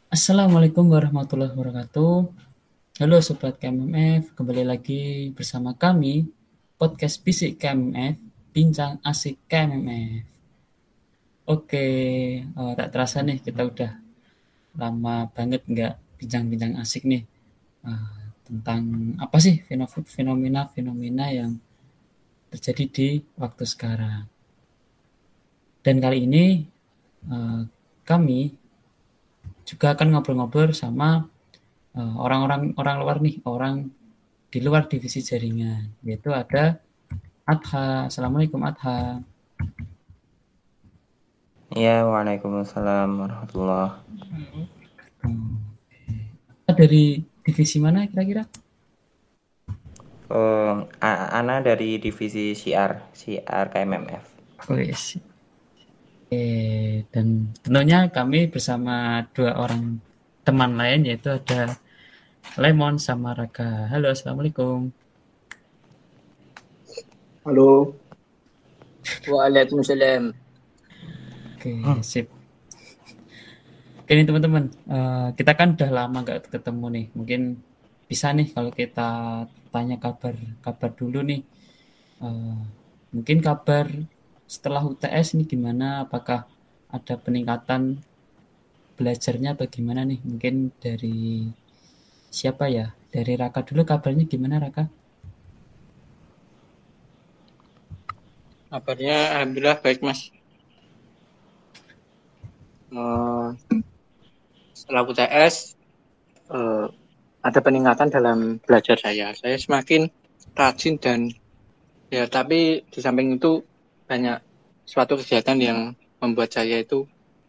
Assalamualaikum warahmatullahi wabarakatuh. Halo Sobat KMMF, kembali lagi bersama kami, Podcast Bisik KMMF, Bincang Asik KMMF. Oke, tak terasa nih kita udah lama banget nggak bincang-bincang asik nih tentang apa sih fenomena-fenomena yang terjadi di waktu sekarang. Dan kali ini kami juga akan ngobrol-ngobrol sama orang luar nih, orang di luar divisi jaringan, yaitu ada Adha. Assalamualaikum Adha. Ya, waalaikumsalam warahmatullah. Dari divisi mana kira-kira? Ana dari divisi Syiar KMMF. Oh, yes. Dan tentunya kami bersama dua orang teman lain, yaitu ada Lemon sama Raka. Halo, Assalamualaikum. Halo. Waalaikumsalam. Oke, sip. Oke nih teman-teman, kita kan udah lama gak ketemu nih. Mungkin bisa nih kalau kita tanya kabar dulu nih. Mungkin kabar setelah UTS ini gimana? Apakah ada peningkatan belajarnya atau gimana nih? Mungkin dari siapa ya? Dari Raka dulu, kabarnya gimana Raka? Kabarnya alhamdulillah baik, Mas. Setelah UTS ada peningkatan dalam belajar saya. Saya semakin rajin dan ya, tapi di samping itu banyak suatu kegiatan yang membuat saya itu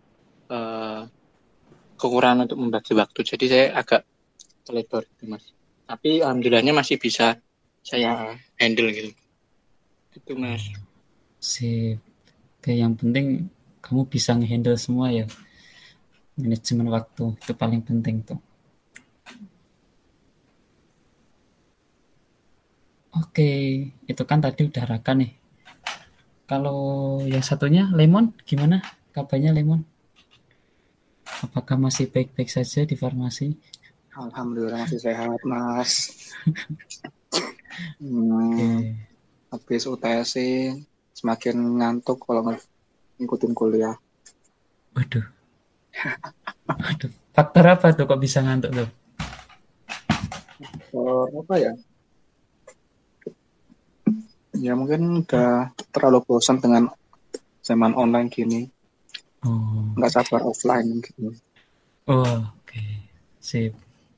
kekurangan untuk membagi waktu. Jadi saya agak teledor gitu, Mas. Tapi alhamdulillahnya masih bisa saya handle gitu. Itu, Mas. Sip. Oke, yang penting kamu bisa ngehandle semua ya. Manajemen waktu itu paling penting tuh. Oke, itu kan tadi udah Raka nih. Kalau yang satunya Lemon, gimana kabarnya Lemon? Apakah masih baik-baik saja di farmasi? Alhamdulillah masih sehat, Mas. Habis UTS sih semakin ngantuk kalau ngikutin kuliah. Waduh. Faktor apa tuh kok bisa ngantuk tuh? Apa ya? Ya mungkin udah terlalu bosan dengan zaman online gini. Nggak sabar offline gitu. Oke. Sip.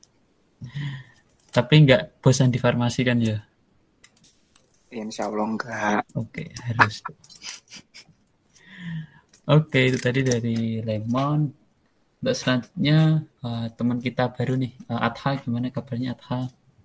Tapi nggak bosan di farmasi kan ya? Insya Allah enggak. Oke, harus. Oke, itu tadi dari Lemon. Untuk selanjutnya teman kita baru nih, Adha. Gimana kabarnya Adha?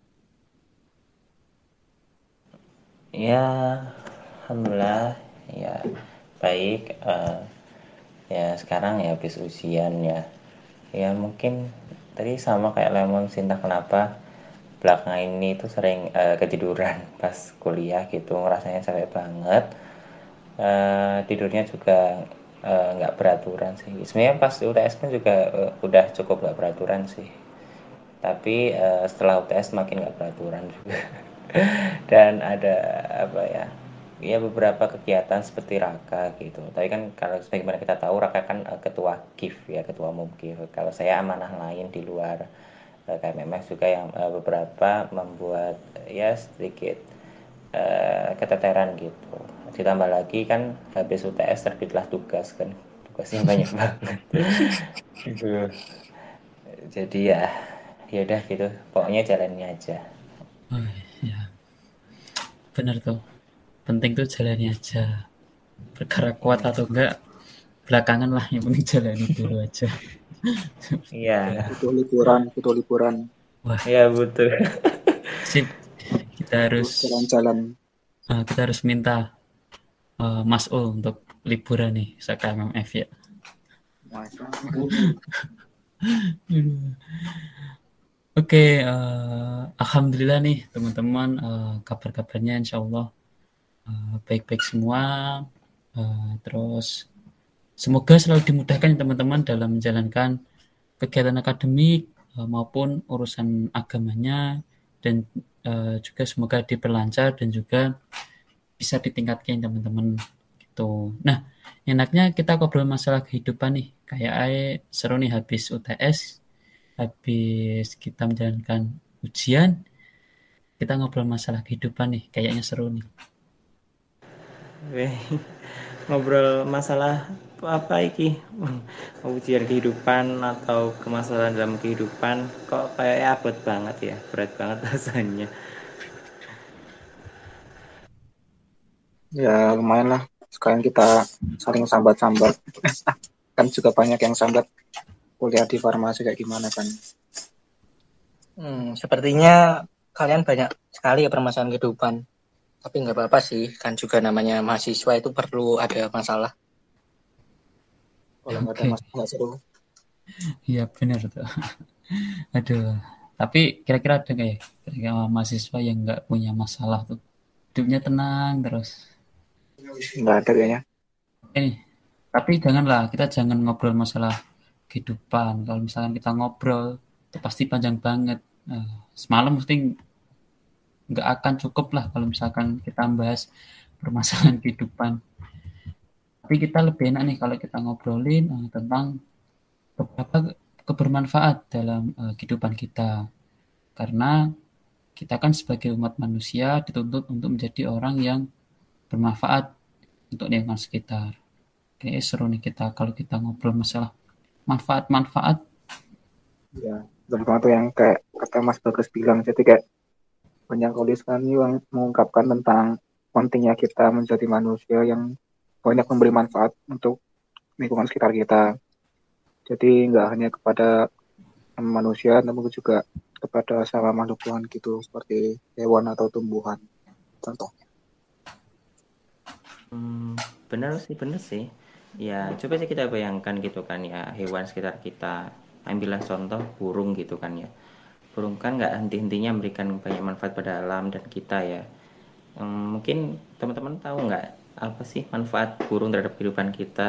Ya, alhamdulillah ya baik. Ya sekarang ya habis ujian ya. Ya mungkin tadi sama kayak Lemon sih, entah kenapa belakangan ini tuh sering ketiduran pas kuliah gitu, rasanya capek banget. Tidurnya juga nggak beraturan sih. Sebenarnya pas UTS pun juga udah cukup nggak beraturan sih. Tapi setelah UTS makin nggak beraturan juga. Dan ada apa ya beberapa kegiatan seperti Raka gitu. Tapi kan kalau sebagaimana kita tahu Raka kan ketua KIF ya, ketua umum KIF. Kalau saya amanah lain di luar KMMF juga yang beberapa membuat ya sedikit keteteran gitu. Ditambah lagi kan habis UTS terbitlah tugas kan, tugasnya banyak banget. Gitu. Jadi ya udah gitu, pokoknya jalani aja. Ya, benar tuh. Penting tuh jalani aja. Perkara kuat atau enggak belakangan lah, yang penting jalani dulu aja. Iya. Butuh liburan. Wah, iya betul. sip. Kita harus minta Mas Ul untuk liburan nih se-KMMF ya. Oke, alhamdulillah nih teman-teman, kabar-kabarnya insya Allah baik-baik semua. Terus semoga selalu dimudahkan teman-teman dalam menjalankan kegiatan akademik maupun urusan agamanya, dan juga semoga diperlancar dan juga bisa ditingkatkan teman-teman gitu. Nah, enaknya kita ngobrol masalah kehidupan nih. Kayak seru nih habis UTS, habis kita menjalankan ujian, kita ngobrol masalah kehidupan nih. Kayaknya seru nih. Ngobrol masalah apa iki? Ujian kehidupan atau kemasalan dalam kehidupan kok kayak abot banget ya, berat banget rasanya. Ya lumayan lah. Sekarang kita saling sambat-sambat. Kan juga banyak yang sambat kuliah di farmasi kayak gimana kan. Sepertinya kalian banyak sekali ya permasalahan kehidupan. Tapi nggak apa-apa sih, kan juga namanya mahasiswa itu perlu ada masalah. Kalau nggak ada Oke, masalah nggak seru. iya benar tuh. Aduh, tapi kira-kira ada nggak ya? Kira-kira mahasiswa yang nggak punya masalah tuh, hidupnya tenang terus. Nggak ada kayaknya. Ini, tapi janganlah, kita jangan ngobrol masalah kehidupan. Kalau misalkan kita ngobrol, itu pasti panjang banget. Semalam mesti nggak akan cukup lah kalau misalkan kita bahas permasalahan kehidupan. Tapi kita lebih enak nih kalau kita ngobrolin tentang beberapa kebermanfaat dalam kehidupan kita. Karena kita kan sebagai umat manusia dituntut untuk menjadi orang yang bermanfaat untuk lingkungan sekitar. Kayaknya seru nih kalau kita ngobrol masalah manfaat-manfaat. Ya, gampang tuh yang kayak kata Mas Bagas bilang. Jadi kayak banyak tulisan yang mengungkapkan tentang pentingnya kita menjadi manusia yang banyak memberi manfaat untuk lingkungan sekitar kita. Jadi nggak hanya kepada manusia, namun juga kepada sama makhluk Tuhan gitu, seperti hewan atau tumbuhan, contohnya. Bener sih. Ya, coba sih kita bayangkan gitu kan ya, hewan sekitar kita. Ambillah contoh burung gitu kan ya. Burung kan nggak henti-hentinya memberikan banyak manfaat pada alam dan kita ya. Mungkin teman-teman tahu nggak apa sih manfaat burung terhadap kehidupan kita?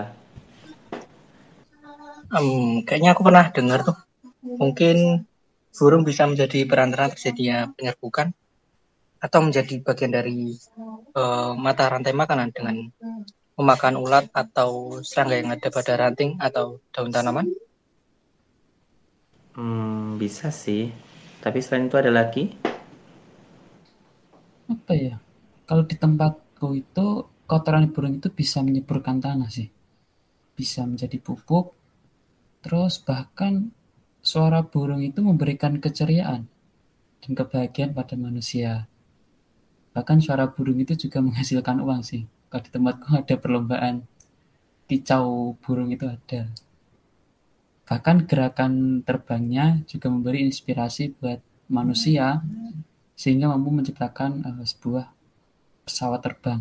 Kayaknya aku pernah dengar tuh. Mungkin burung bisa menjadi perantara terjadinya penyerbukan atau menjadi bagian dari mata rantai makanan dengan memakan ulat atau serangga yang ada pada ranting atau daun tanaman. Bisa sih. Tapi selain itu ada lagi? Apa ya? Kalau di tempatku itu kotoran burung itu bisa menyuburkan tanah sih. Bisa menjadi pupuk. Terus bahkan suara burung itu memberikan keceriaan dan kebahagiaan pada manusia. Bahkan suara burung itu juga menghasilkan uang sih. Kalau di tempatku ada perlombaan kicau burung itu ada. Bahkan gerakan terbangnya juga memberi inspirasi buat manusia sehingga mampu menciptakan sebuah pesawat terbang.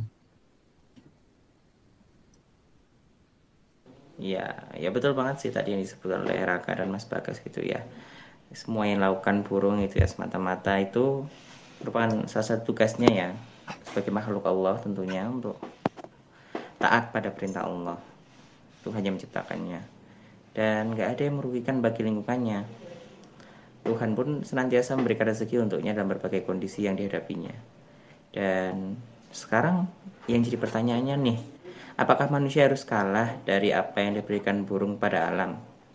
Ya betul banget sih tadi yang disebutkan oleh Raka dan Mas Bagas gitu ya. Semua yang dilakukan burung itu ya semata-mata itu merupakan salah satu tugasnya ya sebagai makhluk Allah tentunya untuk taat pada perintah Allah. Tuhan yang menciptakannya dan gak ada yang merugikan bagi lingkungannya. Tuhan pun senantiasa memberikan rezeki untuknya dalam berbagai kondisi yang dihadapinya. Dan sekarang yang jadi pertanyaannya nih, apakah manusia harus kalah dari apa yang diberikan burung pada alam?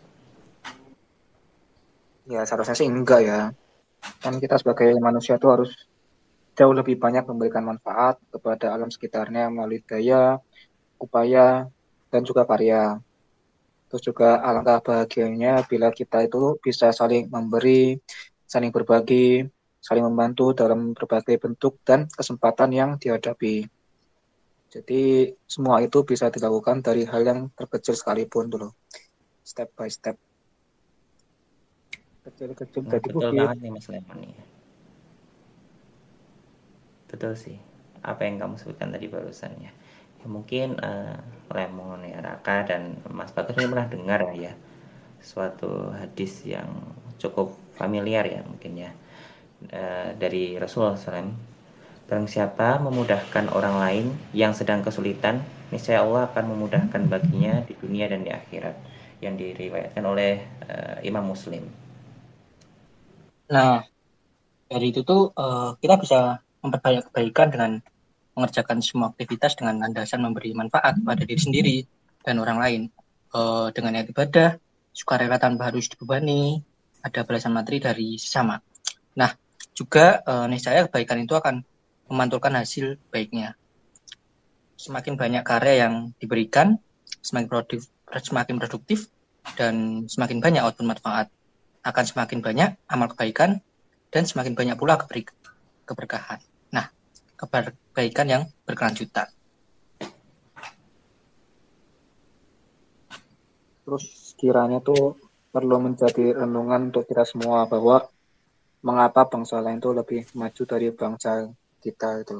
Ya seharusnya sih enggak ya. Kan kita sebagai manusia tuh harus jauh lebih banyak memberikan manfaat kepada alam sekitarnya melalui daya, upaya, dan juga karya. Terus juga alangkah bahagianya bila kita itu bisa saling memberi, saling berbagi, saling membantu dalam berbagai bentuk dan kesempatan yang dihadapi. Jadi semua itu bisa dilakukan dari hal yang terkecil sekalipun dulu, step by step. Kecil-kecil jadi Betul bukit. banget nih Mas Lemon nih. Betul sih apa yang kamu sebutkan tadi barusan ya. Ya mungkin Lemon ya Raka dan Mas Bagus ini pernah dengar ya suatu hadis yang cukup familiar ya mungkin ya dari Rasulullah SAW. Barang siapa memudahkan orang lain yang sedang kesulitan, niscaya Allah akan memudahkan baginya di dunia dan di akhirat. yang diriwayatkan oleh Imam Muslim. Nah, dari itu tuh kita bisa memperbanyak kebaikan dengan mengerjakan semua aktivitas dengan landasan memberi manfaat pada diri sendiri dan orang lain. Dengan niat ibadah, sukarela tanpa harus dibebani, ada balasan materi dari sesama. Nah, juga niscaya kebaikan itu akan memantulkan hasil baiknya. Semakin banyak karya yang diberikan, semakin produktif, dan semakin banyak output manfaat. Akan semakin banyak amal kebaikan, dan semakin banyak pula keberkahan. Nah, kebaikan yang berkelanjutan. Terus kiranya tuh perlu menjadi renungan untuk kita semua bahwa mengapa bangsa lain itu lebih maju dari bangsa kita itu.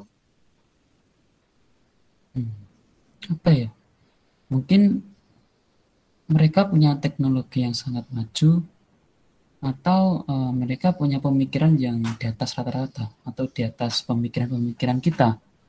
Apa ya? Mungkin mereka punya teknologi yang sangat maju, atau mereka punya pemikiran yang di atas rata-rata, atau di atas pemikiran-pemikiran kita.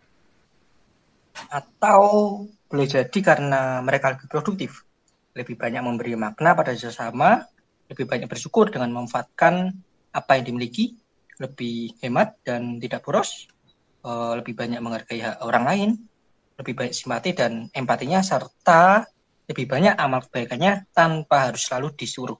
Atau boleh jadi karena mereka lebih produktif, lebih banyak memberi makna pada sesama, lebih banyak bersyukur dengan memanfaatkan apa yang dimiliki, lebih hemat dan tidak boros, lebih banyak menghargai hak orang lain, lebih banyak simpati dan empatinya, serta lebih banyak amal kebaikannya tanpa harus selalu disuruh.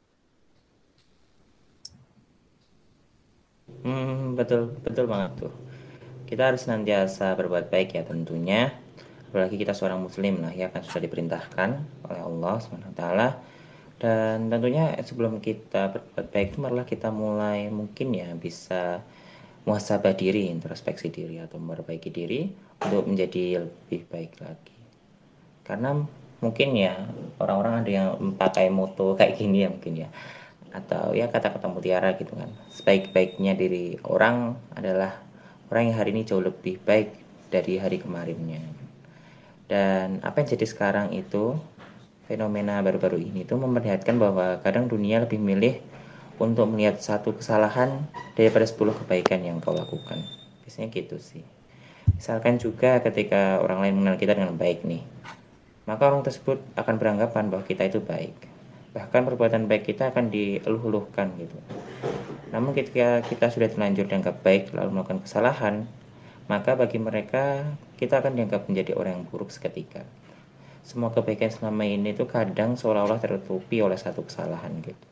Betul betul banget tuh. Kita harus senantiasa berbuat baik ya tentunya. Apalagi kita seorang muslim lah ya, kan sudah diperintahkan oleh Allah SWT. Dan tentunya sebelum kita berbuat baik itu marilah kita mulai mungkin ya bisa muhasabah diri, introspeksi diri atau memperbaiki diri untuk menjadi lebih baik lagi. Karena mungkin ya orang-orang ada yang pakai moto kayak gini ya mungkin ya, atau ya kata-kata mutiara gitu kan, sebaik-baiknya diri orang adalah orang yang hari ini jauh lebih baik dari hari kemarinnya. Dan apa yang jadi sekarang itu, fenomena baru-baru ini tuh memperlihatkan bahwa kadang dunia lebih milih untuk melihat satu kesalahan daripada 10 kebaikan yang kau lakukan. Biasanya gitu sih. Misalkan juga ketika orang lain mengenal kita dengan baik nih, maka orang tersebut akan beranggapan bahwa kita itu baik. Bahkan perbuatan baik kita akan dieluh-eluhkan gitu. Namun ketika kita sudah terlanjur dianggap baik lalu melakukan kesalahan, maka bagi mereka kita akan dianggap menjadi orang yang buruk seketika. Semua kebaikan selama ini tuh kadang seolah-olah tertutupi oleh satu kesalahan gitu.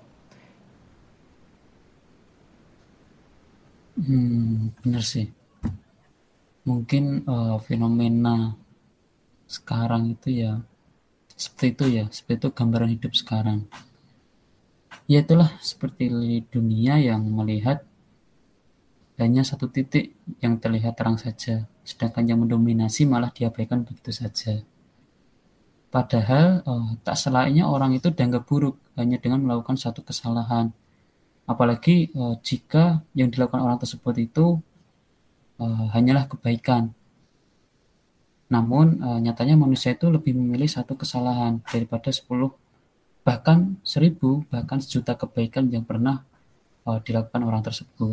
Benar sih. Mungkin fenomena sekarang itu ya seperti itu gambaran hidup sekarang. Ya itulah seperti dunia yang melihat hanya satu titik yang terlihat terang saja, sedangkan yang mendominasi malah diabaikan begitu saja. Padahal tak selainya orang itu dianggap buruk hanya dengan melakukan satu kesalahan. Apalagi jika yang dilakukan orang tersebut itu hanyalah kebaikan. Namun nyatanya manusia itu lebih memilih satu kesalahan daripada 10, bahkan 1000, bahkan sejuta kebaikan yang pernah dilakukan orang tersebut.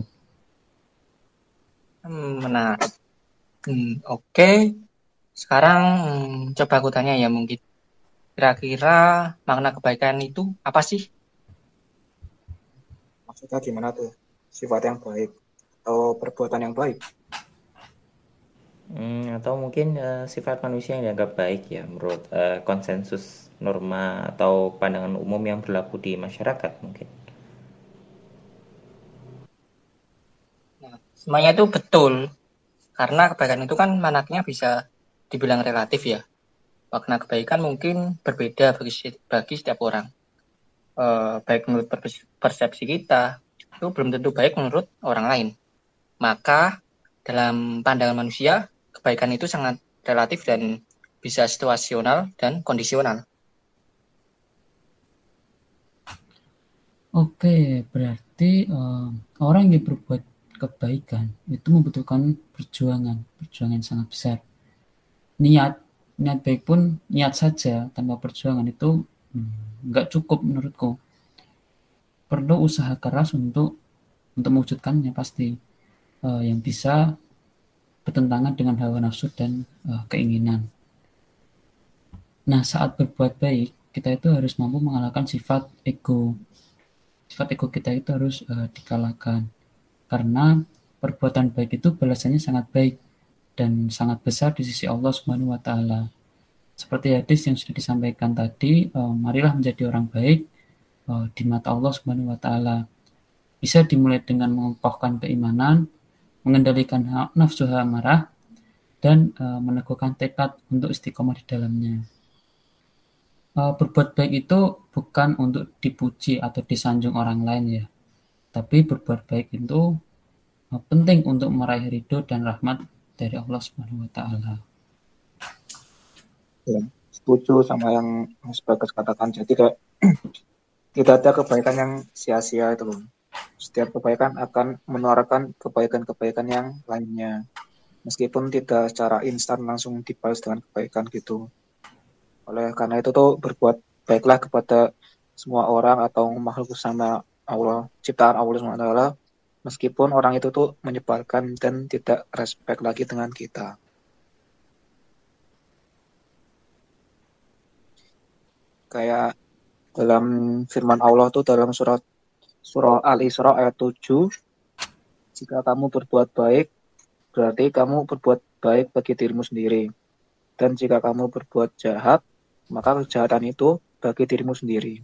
Menarik. Oke. Sekarang coba aku tanya ya mungkin. Kira-kira makna kebaikan itu apa sih? Maksudnya gimana tuh? Sifat yang baik atau perbuatan yang baik? Atau mungkin sifat manusia yang dianggap baik ya menurut konsensus norma atau pandangan umum yang berlaku di masyarakat mungkin. Nah, semuanya itu betul. Karena kebaikan itu kan manaknya bisa dibilang relatif ya. Makna kebaikan mungkin berbeda bagi setiap orang. Baik menurut persepsi kita, itu belum tentu baik menurut orang lain. Maka dalam pandangan manusia, kebaikan itu sangat relatif dan bisa situasional dan kondisional. Oke, berarti orang yang berbuat kebaikan itu membutuhkan perjuangan yang sangat besar. Niat baik pun niat saja tanpa perjuangan itu nggak cukup menurutku. Perlu usaha keras untuk mewujudkannya pasti, yang bisa bertentangan dengan hawa nafsu dan keinginan. Nah, saat berbuat baik, kita itu harus mampu mengalahkan sifat ego. Sifat ego kita itu harus dikalahkan. Karena perbuatan baik itu balasannya sangat baik dan sangat besar di sisi Allah Subhanahu wa taala. Seperti hadis yang sudah disampaikan tadi, marilah menjadi orang baik di mata Allah Subhanahu wa taala. Bisa dimulai dengan mengokohkan keimanan, mengendalikan nafsu amarah, dan meneguhkan tekad untuk istiqomah di dalamnya. Berbuat baik itu bukan untuk dipuji atau disanjung orang lain ya, tapi berbuat baik itu penting untuk meraih ridho dan rahmat dari Allah Subhanahu wa taala. Ya, setuju sama yang Mas Bagas katakan. Jadi kayak tidak ada kebaikan yang sia-sia itu loh. Setiap kebaikan akan menularkan kebaikan-kebaikan yang lainnya. Meskipun tidak secara instan langsung dibalas dengan kebaikan gitu. Oleh karena itu tuh berbuat baiklah kepada semua orang atau makhluk sama Allah, ciptaan Allah SWT, meskipun orang itu tuh menyebalkan dan tidak respect lagi dengan kita. Kayak dalam firman Allah tuh dalam surah Al-Isra ayat 7, jika kamu berbuat baik, berarti kamu berbuat baik bagi dirimu sendiri. Dan jika kamu berbuat jahat, maka kejahatan itu bagi dirimu sendiri.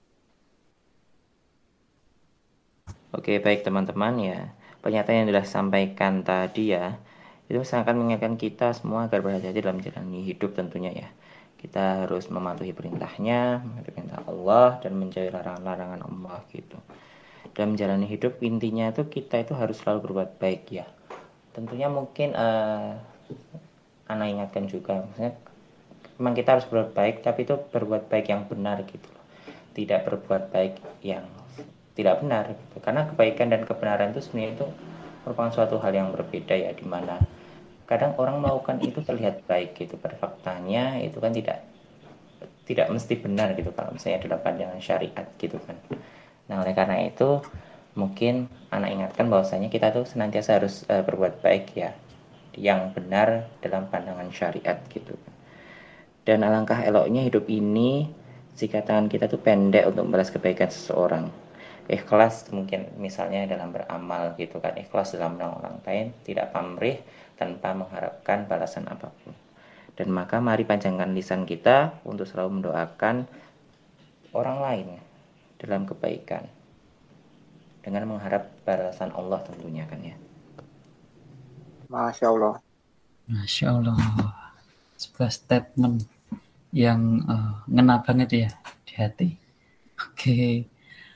Oke, baik teman-teman ya. Pernyataan yang sudah sampaikan tadi ya, itu sangat mengingatkan kita semua agar berhati-hati dalam menjalani hidup tentunya ya. Kita harus mematuhi perintahnya, mematuhi perintah Allah, dan menjauhi larangan-larangan Allah gitu. Dalam menjalani hidup intinya itu kita itu harus selalu berbuat baik ya. Tentunya mungkin Ana ingatkan juga, maksudnya memang kita harus berbuat baik, tapi itu berbuat baik yang benar gitu loh. Tidak berbuat baik yang tidak benar gitu. Karena kebaikan dan kebenaran itu sebenarnya itu merupakan suatu hal yang berbeda ya, dimana kadang orang melakukan itu terlihat baik gitu, pada faktanya itu kan tidak mesti benar gitu kalau misalnya dalam pandangan syariat gitu kan. Nah oleh karena itu mungkin anak ingatkan bahwasanya kita tuh senantiasa harus berbuat baik ya, yang benar dalam pandangan syariat gitu. Dan alangkah eloknya hidup ini jika tangan kita tuh pendek untuk membalas kebaikan seseorang. Ikhlas mungkin misalnya dalam beramal gitu kan, ikhlas dalam menolong orang lain, tidak pamrih tanpa mengharapkan balasan apapun. Dan maka mari panjangkan lisan kita untuk selalu mendoakan orang lain dalam kebaikan dengan mengharap balasan Allah tentunya kan ya. Masya Allah. Masya Allah. Sebuah statement yang ngena banget ya di hati. Oke.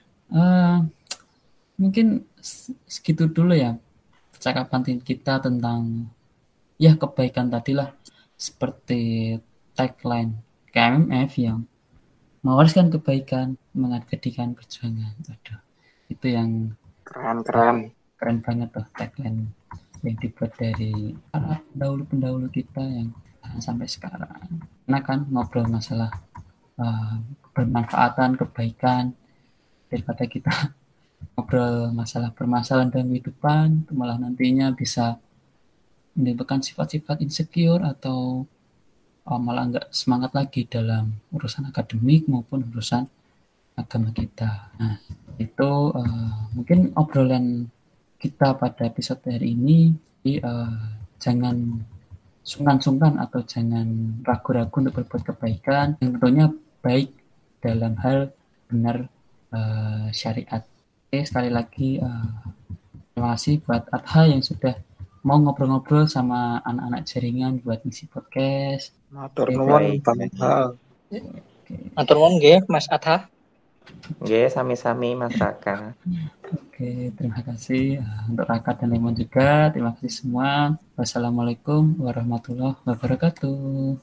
Mungkin segitu dulu ya percakapan kita tentang ya kebaikan tadilah, seperti tagline KMF yang mewariskan kebaikan, mengabadikan perjuangan. Aduh, itu yang keren banget tuh tagline yang dibuat dari para pendahulu kita yang sampai sekarang. Nah kan ngobrol masalah bermanfaatan, kebaikan, daripada kita ngobrol masalah permasalahan dalam kehidupan, malah nantinya bisa menimbulkan sifat-sifat insecure atau malah nggak semangat lagi dalam urusan akademik maupun urusan agama kita. Nah, itu mungkin obrolan kita pada episode hari ini. Jangan sungkan-sungkan atau jangan ragu-ragu untuk berbuat kebaikan yang tentunya baik dalam hal benar syariat. Oke, sekali lagi terima kasih buat Adha yang sudah mau ngobrol-ngobrol sama anak-anak jaringan buat ngisi podcast. Matur nuwun Bang Adha. Matur nuwun nggih Mas Adha. Nggih, sami-sami Mas Raka. Oke, terima kasih untuk Raka dan Lemon juga. Terima kasih semua. Wassalamualaikum warahmatullahi wabarakatuh.